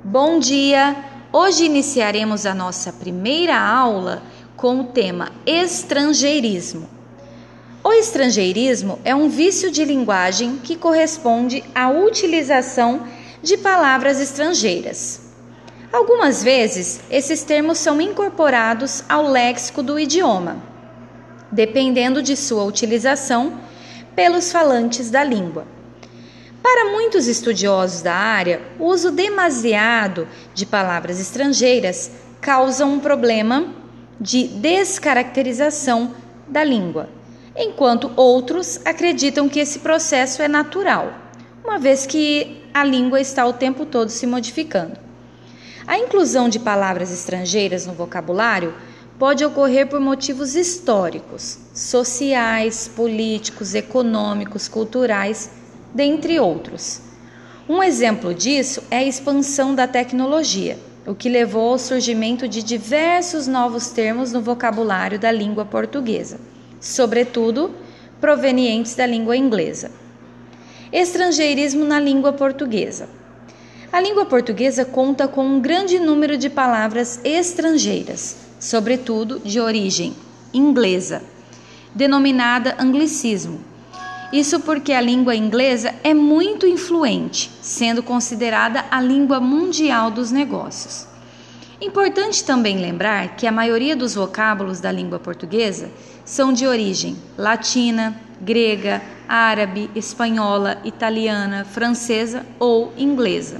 Bom dia! Hoje iniciaremos a nossa primeira aula com o tema estrangeirismo. O estrangeirismo é um vício de linguagem que corresponde à utilização de palavras estrangeiras. Algumas vezes, esses termos são incorporados ao léxico do idioma, dependendo de sua utilização pelos falantes da língua. Para muitos estudiosos da área, o uso demasiado de palavras estrangeiras causa um problema de descaracterização da língua, enquanto outros acreditam que esse processo é natural, uma vez que a língua está o tempo todo se modificando. A inclusão de palavras estrangeiras no vocabulário pode ocorrer por motivos históricos, sociais, políticos, econômicos, culturais, dentre outros. Um exemplo disso é a expansão da tecnologia, o que levou ao surgimento de diversos novos termos no vocabulário da língua portuguesa, sobretudo provenientes da língua inglesa. Estrangeirismo na língua portuguesa. A língua portuguesa conta com um grande número de palavras estrangeiras, sobretudo de origem inglesa, denominada anglicismo. Isso porque a língua inglesa é muito influente, sendo considerada a língua mundial dos negócios. Importante também lembrar que a maioria dos vocábulos da língua portuguesa são de origem latina, grega, árabe, espanhola, italiana, francesa ou inglesa.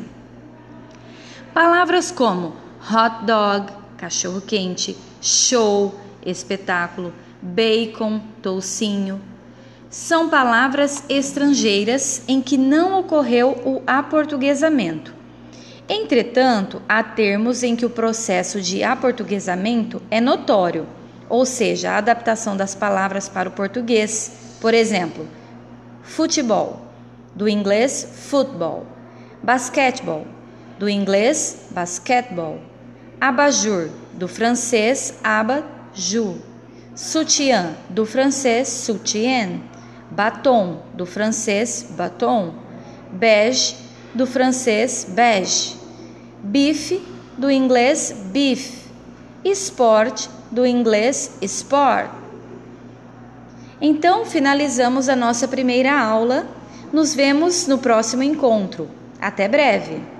Palavras como hot dog, cachorro-quente, show, espetáculo, bacon, toucinho, são palavras estrangeiras em que não ocorreu o aportuguesamento. Entretanto, há termos em que o processo de aportuguesamento é notório, ou seja, a adaptação das palavras para o português. Por exemplo, futebol, do inglês football, basquetebol, do inglês basketball, abajur, do francês abat-jour, sutiã, do francês soutien, batom, do francês baton, bege, do francês beige, bife, do inglês beef, esporte, do inglês sport. Então, finalizamos a nossa primeira aula. Nos vemos no próximo encontro. Até breve!